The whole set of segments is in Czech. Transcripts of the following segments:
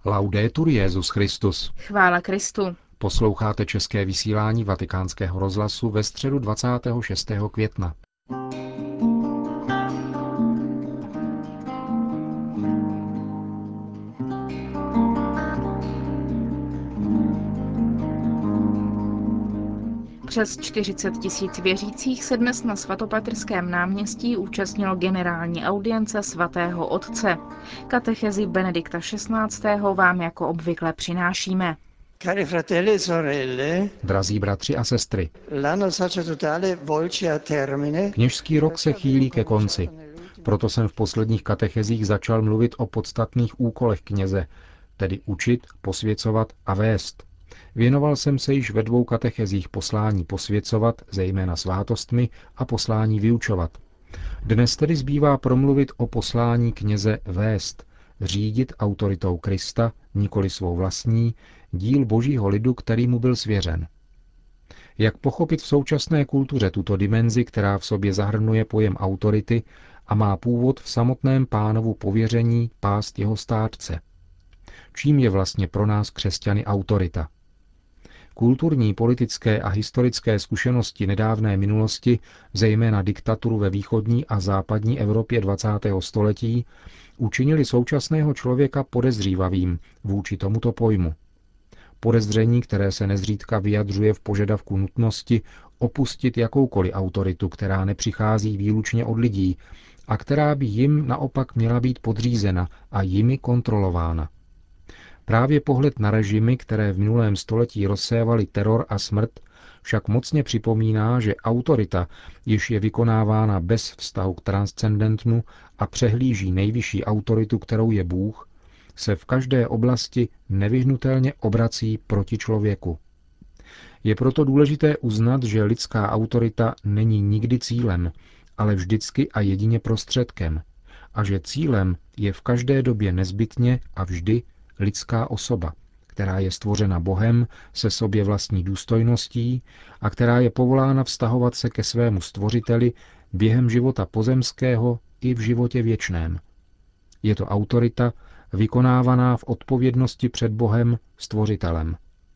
Laudetur Jesus Christus. Chvála Kristu. Posloucháte české vysílání Vatikánského rozhlasu ve středu 26. května. Přes 40 000 věřících se dnes na svatopetrském náměstí účastnilo generální audience svatého otce. Katechezi Benedikta XVI. Vám jako obvykle přinášíme. Cari fratelli e sorelle, Drazí bratři a sestry, l'anno sacerdotale volge a termine. kněžský rok se chýlí ke konci. Proto jsem v posledních katechezích začal mluvit o podstatných úkolech kněze, tedy učit, posvěcovat a vést. Věnoval jsem se již ve 2 katechezích poslání posvěcovat, zejména svátostmi, a poslání vyučovat. Dnes tedy zbývá promluvit o poslání kněze vést, řídit autoritou Krista, nikoli svou vlastní, díl božího lidu, který mu byl svěřen. Jak pochopit v současné kultuře tuto dimenzi, která v sobě zahrnuje pojem autority a má původ v samotném Pánovu pověření pást jeho stádce? Čím je vlastně pro nás křesťany autorita? Kulturní, politické a historické zkušenosti nedávné minulosti, zejména diktaturu ve východní a západní Evropě 20. století, učinili současného člověka podezřívavým vůči tomuto pojmu. Podezření, které se nezřídka vyjadřuje v požadavku nutnosti opustit jakoukoliv autoritu, která nepřichází výlučně od lidí a která by jim naopak měla být podřízena a jimi kontrolována. Právě pohled na režimy, které v minulém století rozsévaly teror a smrt, však mocně připomíná, že autorita, jež je vykonávána bez vztahu k transcendentnu a přehlíží nejvyšší autoritu, kterou je Bůh, se v každé oblasti nevyhnutelně obrací proti člověku. Je proto důležité uznat, že lidská autorita není nikdy cílem, ale vždycky a jedině prostředkem, a že cílem je v každé době nezbytně a vždy lidská osoba, která je stvořena Bohem se sobě vlastní důstojností a která je povolána vztahovat se ke svému stvořiteli během života pozemského i v životě věčném. Je to autorita vykonávaná v odpovědnosti před Bohem, stvořitelem.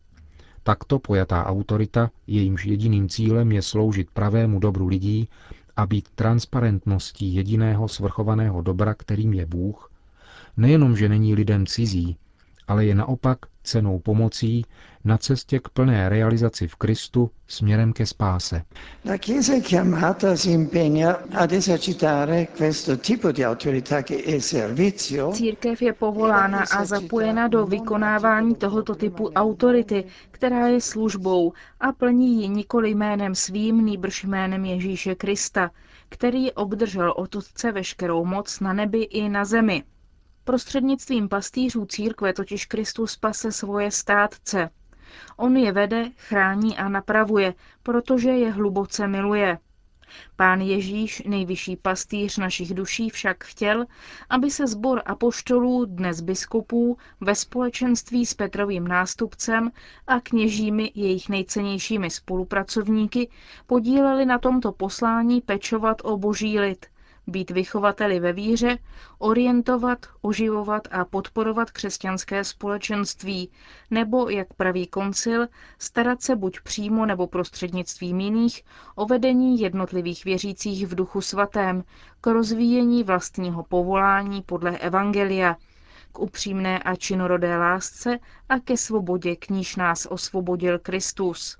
Takto pojatá autorita, jejímž jediným cílem je sloužit pravému dobru lidí a být transparentností jediného svrchovaného dobra, kterým je Bůh, nejenom, že není lidem cizí, ale je naopak cennou pomocí na cestě k plné realizaci v Kristu směrem ke spáse. La Chiesa è chiamata si impegna ad esercitare questo tipo di autorità che è servizio. Církev je povolána a zapojena do vykonávání tohoto typu autority, která je službou a plní ji nikoli jménem svým, nýbrž jménem Ježíše Krista, který obdržel od Otce veškerou moc na nebi i na zemi. Prostřednictvím pastýřů církve totiž Kristus spase svoje stádce. On je vede, chrání a napravuje, protože je hluboce miluje. Pán Ježíš, nejvyšší pastýř našich duší, však chtěl, aby se sbor apoštolů, dnes biskupů, ve společenství s Petrovým nástupcem a kněžími, jejich nejcennějšími spolupracovníky, podíleli na tomto poslání pečovat o boží lid, být vychovateli ve víře, orientovat, oživovat a podporovat křesťanské společenství, nebo, jak praví koncil, starat se buď přímo nebo prostřednictvím jiných o vedení jednotlivých věřících v Duchu svatém, k rozvíjení vlastního povolání podle evangelia, k upřímné a činorodé lásce a ke svobodě, k níž nás osvobodil Kristus.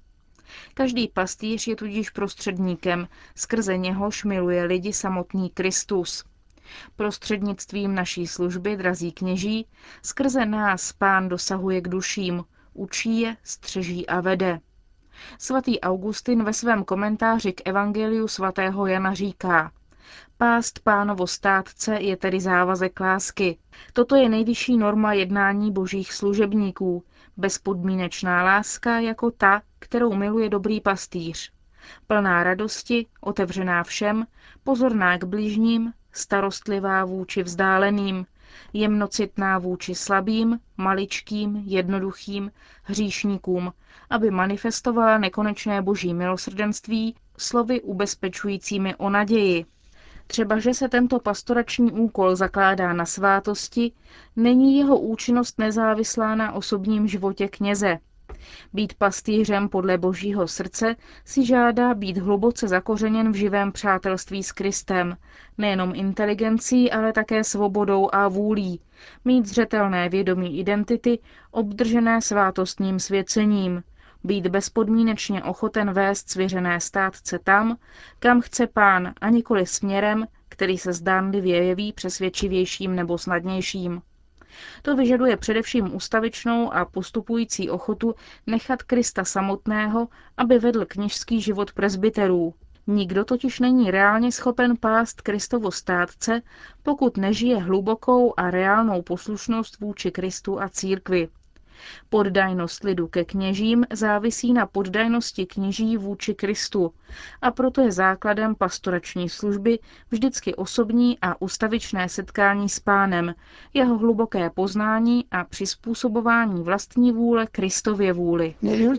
Každý pastýř je tudíž prostředníkem, skrze něhož miluje lidi samotný Kristus. Prostřednictvím naší služby, drazí kněží, skrze nás Pán dosahuje k duším, učí je, střeží a vede. Svatý Augustin ve svém komentáři k evangeliu svatého Jana říká: Pást Pánovo stádce je tedy závazek lásky. Toto je nejvyšší norma jednání božích služebníků, bezpodmínečná láska jako ta, kterou miluje dobrý pastýř. Plná radosti, otevřená všem, pozorná k bližním, starostlivá vůči vzdáleným, jemnocitná vůči slabým, maličkým, jednoduchým, hříšníkům, aby manifestovala nekonečné boží milosrdenství slovy ubezpečujícími o naději. Třeba, že se tento pastorační úkol zakládá na svátosti, není jeho účinnost nezávislá na osobním životě kněze. Být pastýřem podle Božího srdce si žádá být hluboce zakořeněn v živém přátelství s Kristem, nejenom inteligencí, ale také svobodou a vůlí, mít zřetelné vědomí identity, obdržené svátostním svěcením, být bezpodmínečně ochoten vést svěřené státce tam, kam chce Pán, a nikoli směrem, který se zdánlivě jeví přesvědčivějším nebo snadnějším. To vyžaduje především ustavičnou a postupující ochotu nechat Krista samotného, aby vedl kněžský život presbyterů. Nikdo totiž není reálně schopen pást Kristovo státce, pokud nežije hlubokou a reálnou poslušnost vůči Kristu a církvi. Poddajnost lidu ke kněžím závisí na poddajnosti kněží vůči Kristu a proto je základem pastorační služby vždycky osobní a ustavičné setkání s Pánem, jeho hluboké poznání a přizpůsobování vlastní vůle Kristově vůli.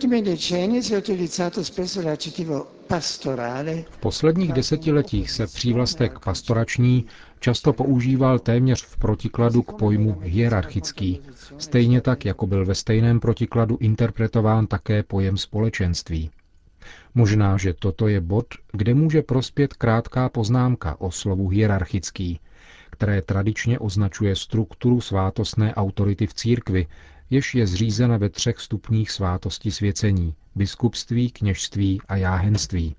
V posledních desetiletích se přívlastek pastorační často používal téměř v protikladu k pojmu hierarchický, stejně tak, jako byl ve stejném protikladu interpretován také pojem společenství. Možná, že toto je bod, kde může prospět krátká poznámka o slovu hierarchický, které tradičně označuje strukturu svátostné autority v církvi, jež je zřízena ve 3 stupních svátosti svěcení, biskupství, kněžství a jáhenství.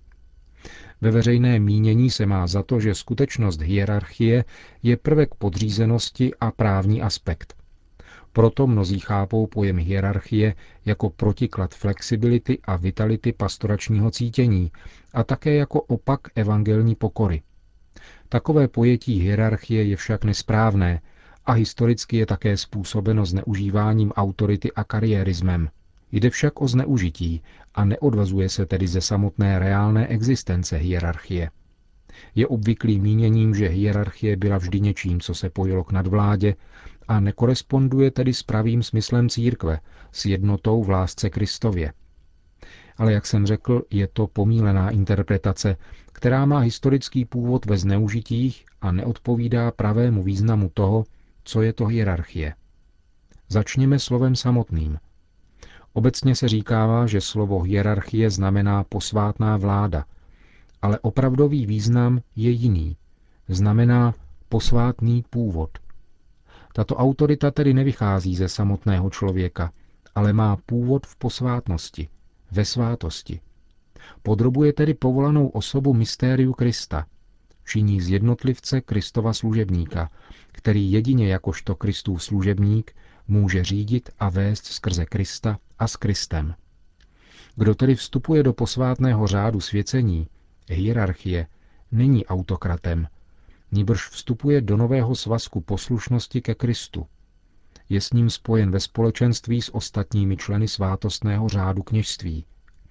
Ve veřejné mínění se má za to, že skutečnost hierarchie je prvek podřízenosti a právní aspekt. Proto mnozí chápou pojem hierarchie jako protiklad flexibility a vitality pastoračního cítění a také jako opak evangelní pokory. Takové pojetí hierarchie je však nesprávné a historicky je také způsobeno zneužíváním autority a kariérismem. Jde však o zneužití a neodvazuje se tedy ze samotné reálné existence hierarchie. Je obvyklým míněním, že hierarchie byla vždy něčím, co se pojilo k nadvládě a nekoresponduje tedy s pravým smyslem církve, s jednotou v lásce Kristově. Ale jak jsem řekl, je to pomílená interpretace, která má historický původ ve zneužitích a neodpovídá pravému významu toho, co je to hierarchie. Začněme slovem samotným. Obecně se říkává, že slovo hierarchie znamená posvátná vláda, ale opravdový význam je jiný. Znamená posvátný původ. Tato autorita tedy nevychází ze samotného člověka, ale má původ v posvátnosti, ve svátosti. Podrobuje tedy povolanou osobu mystériu Krista, činí z jednotlivce Kristova služebníka, který jedině jakožto Kristův služebník může řídit a vést skrze Krista a s Kristem. Kdo tedy vstupuje do posvátného řádu svěcení, hierarchie, není autokratem, nýbrž vstupuje do nového svazku poslušnosti ke Kristu. Je s ním spojen ve společenství s ostatními členy svátostného řádu kněžství.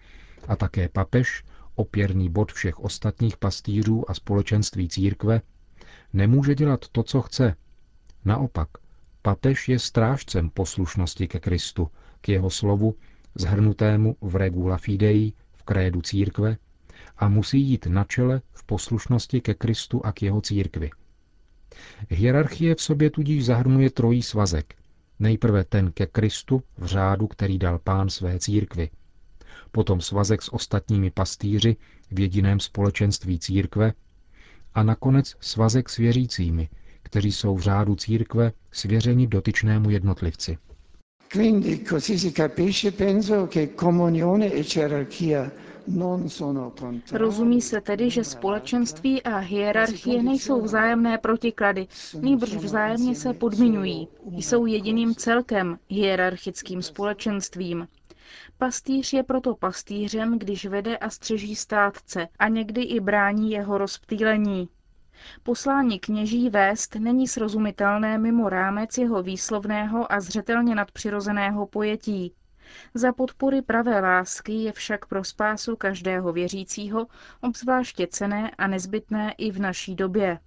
A také papež, opěrný bod všech ostatních pastýřů a společenství církve, nemůže dělat to, co chce. Naopak, papež je strážcem poslušnosti ke Kristu, k jeho slovu, zhrnutému v regula fidei, v krédu církve, a musí jít na čele v poslušnosti ke Kristu a k jeho církvi. Hierarchie v sobě tudíž zahrnuje trojí svazek. Nejprve ten ke Kristu v řádu, který dal Pán své církvi. Potom svazek s ostatními pastýři v jediném společenství církve a nakonec svazek s věřícími, kteří jsou v řádu církve svěřeni dotyčnému jednotlivci. Quindi così si capisce, penso, che comunione e gerarchia non sono contrari. Rozumí se tedy, že společenství a hierarchie nejsou vzájemné protiklady, nýbrž vzájemně se podmiňují. Jsou jediným celkem, hierarchickým společenstvím. Pastýř je proto pastýřem, když vede a střeží státce a někdy i brání jeho rozptýlení. Poslání kněží vést není srozumitelné mimo rámec jeho výslovného a zřetelně nadpřirozeného pojetí. Za podpory pravé lásky je však pro spásu každého věřícího obzvláště cenné a nezbytné i v naší době.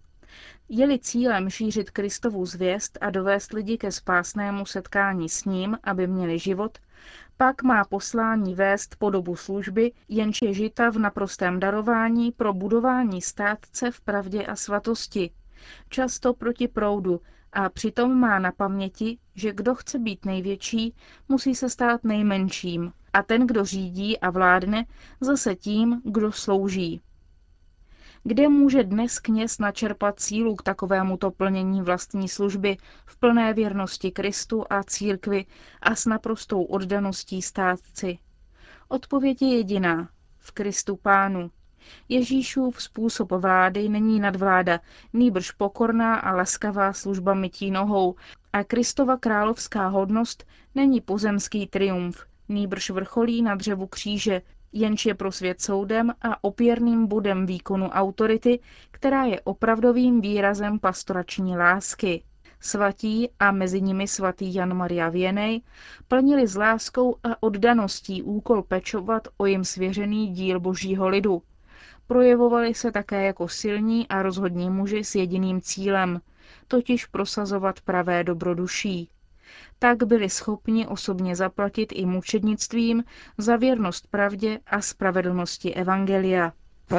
Je-li cílem šířit Kristovu zvěst a dovést lidi ke spásnému setkání s ním, aby měli život, Pak má poslání vést podobu služby, jenž je žita v naprostém darování pro budování státce v pravdě a svatosti, často proti proudu, a přitom má na paměti, že kdo chce být největší, musí se stát nejmenším, a ten, kdo řídí a vládne, zase tím, kdo slouží. Kde může dnes kněz načerpat sílu k takovémuto plnění vlastní služby v plné věrnosti Kristu a církvi a s naprostou oddaností státci? Odpověď je jediná. V Kristu Pánu. Ježíšův způsob vlády není nadvláda, nýbrž pokorná a laskavá služba mytí nohou, a Kristova královská hodnost není pozemský triumf, nýbrž vrcholí na dřevu kříže, jenž je pro svět soudem a opěrným bodem výkonu autority, která je opravdovým výrazem pastorační lásky. Svatí a mezi nimi svatý Jan Maria Vianney plnili s láskou a oddaností úkol pečovat o jim svěřený díl božího lidu. Projevovali se také jako silní a rozhodní muži s jediným cílem, totiž prosazovat pravé dobro duší. Tak byli schopni osobně zaplatit i mučednictvím za věrnost pravdě a spravedlnosti evangelia.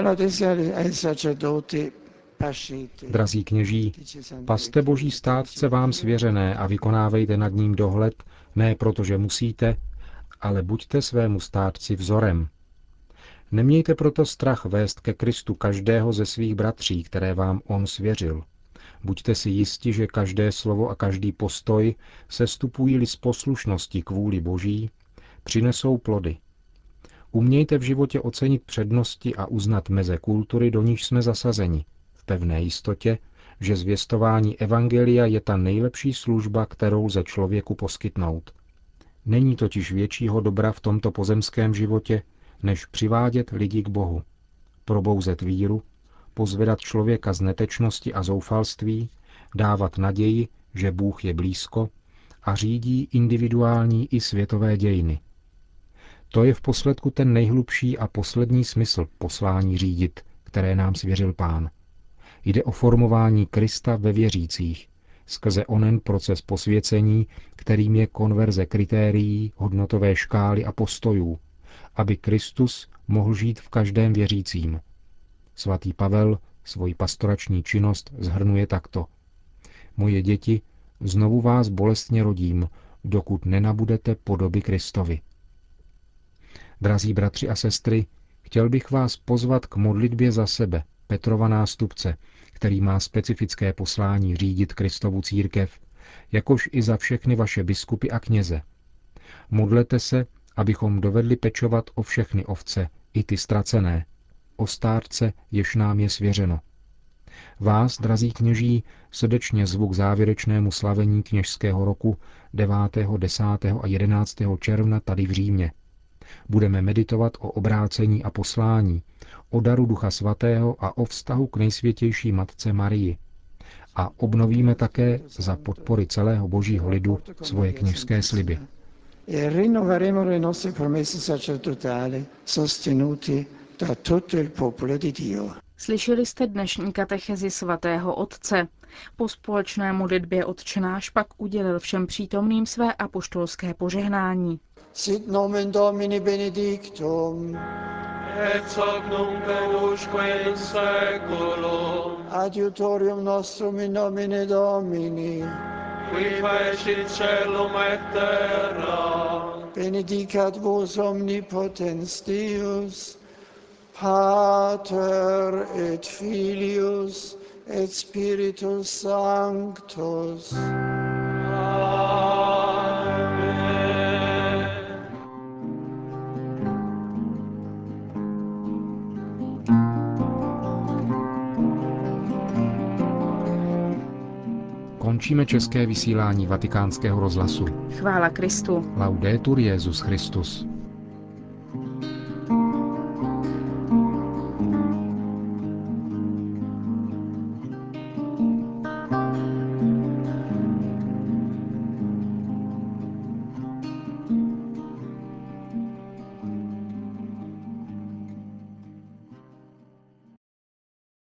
Drazí kněží, paste boží státce vám svěřené a vykonávejte nad ním dohled, ne proto, že musíte, ale buďte svému státci vzorem. Nemějte proto strach vést ke Kristu každého ze svých bratří, které vám on svěřil. Buďte si jisti, že každé slovo a každý postoj, sestupují-li z poslušnosti k vůli Boží, přinesou plody. Umějte v životě ocenit přednosti a uznat meze kultury, do níž jsme zasazeni, v pevné jistotě, že zvěstování evangelia je ta nejlepší služba, kterou lze člověku poskytnout. Není totiž většího dobra v tomto pozemském životě, než přivádět lidi k Bohu, probouzet víru, pozvedat člověka z netečnosti a zoufalství, dávat naději, že Bůh je blízko a řídí individuální i světové dějiny. To je v posledku ten nejhlubší a poslední smysl poslání řídit, které nám svěřil Pán. Jde o formování Krista ve věřících, skrze onen proces posvěcení, kterým je konverze kritérií, hodnotové škály a postojů, aby Kristus mohl žít v každém věřícím. Svatý Pavel svoji pastorační činnost shrnuje takto. Moje děti, znovu vás bolestně rodím, dokud nenabudete podoby Kristovi. Drazí bratři a sestry, chtěl bych vás pozvat k modlitbě za sebe, Petrova nástupce, který má specifické poslání řídit Kristovu církev, jakož i za všechny vaše biskupy a kněze. Modlete se, abychom dovedli pečovat o všechny ovce, i ty ztracené, o stárce, jež nám je svěřeno. Vás, drazí kněží, srdečně zvu k závěrečnému slavení kněžského roku 9., 10. a 11. června tady v Římě. Budeme meditovat o obrácení a poslání, o daru Ducha Svatého a o vztahu k nejsvětější Matce Marii. A obnovíme také za podpory celého božího lidu svoje kněžské sliby. E rinnoveremo le nostre promesse sacerdotali sostenuti da tutto il popolo di Dio. Slyšeli jste dnešní katechezi svatého otce. Po společné modlitbě Otčenáš pak udělil všem přítomným své apoštolské požehnání. Sit nomen Domini benedictum. Et hoc nunc et usque in saeculum. Adiutorium nostrum in nomine Domini. Qui fecit caelum et terra. Benedicat vos omnipotens Deus, Pater et Filius et Spiritus Sanctus. Končíme české vysílání Vatikánského rozhlasu. Chvála Kristu. Laudetur Jesus Christus.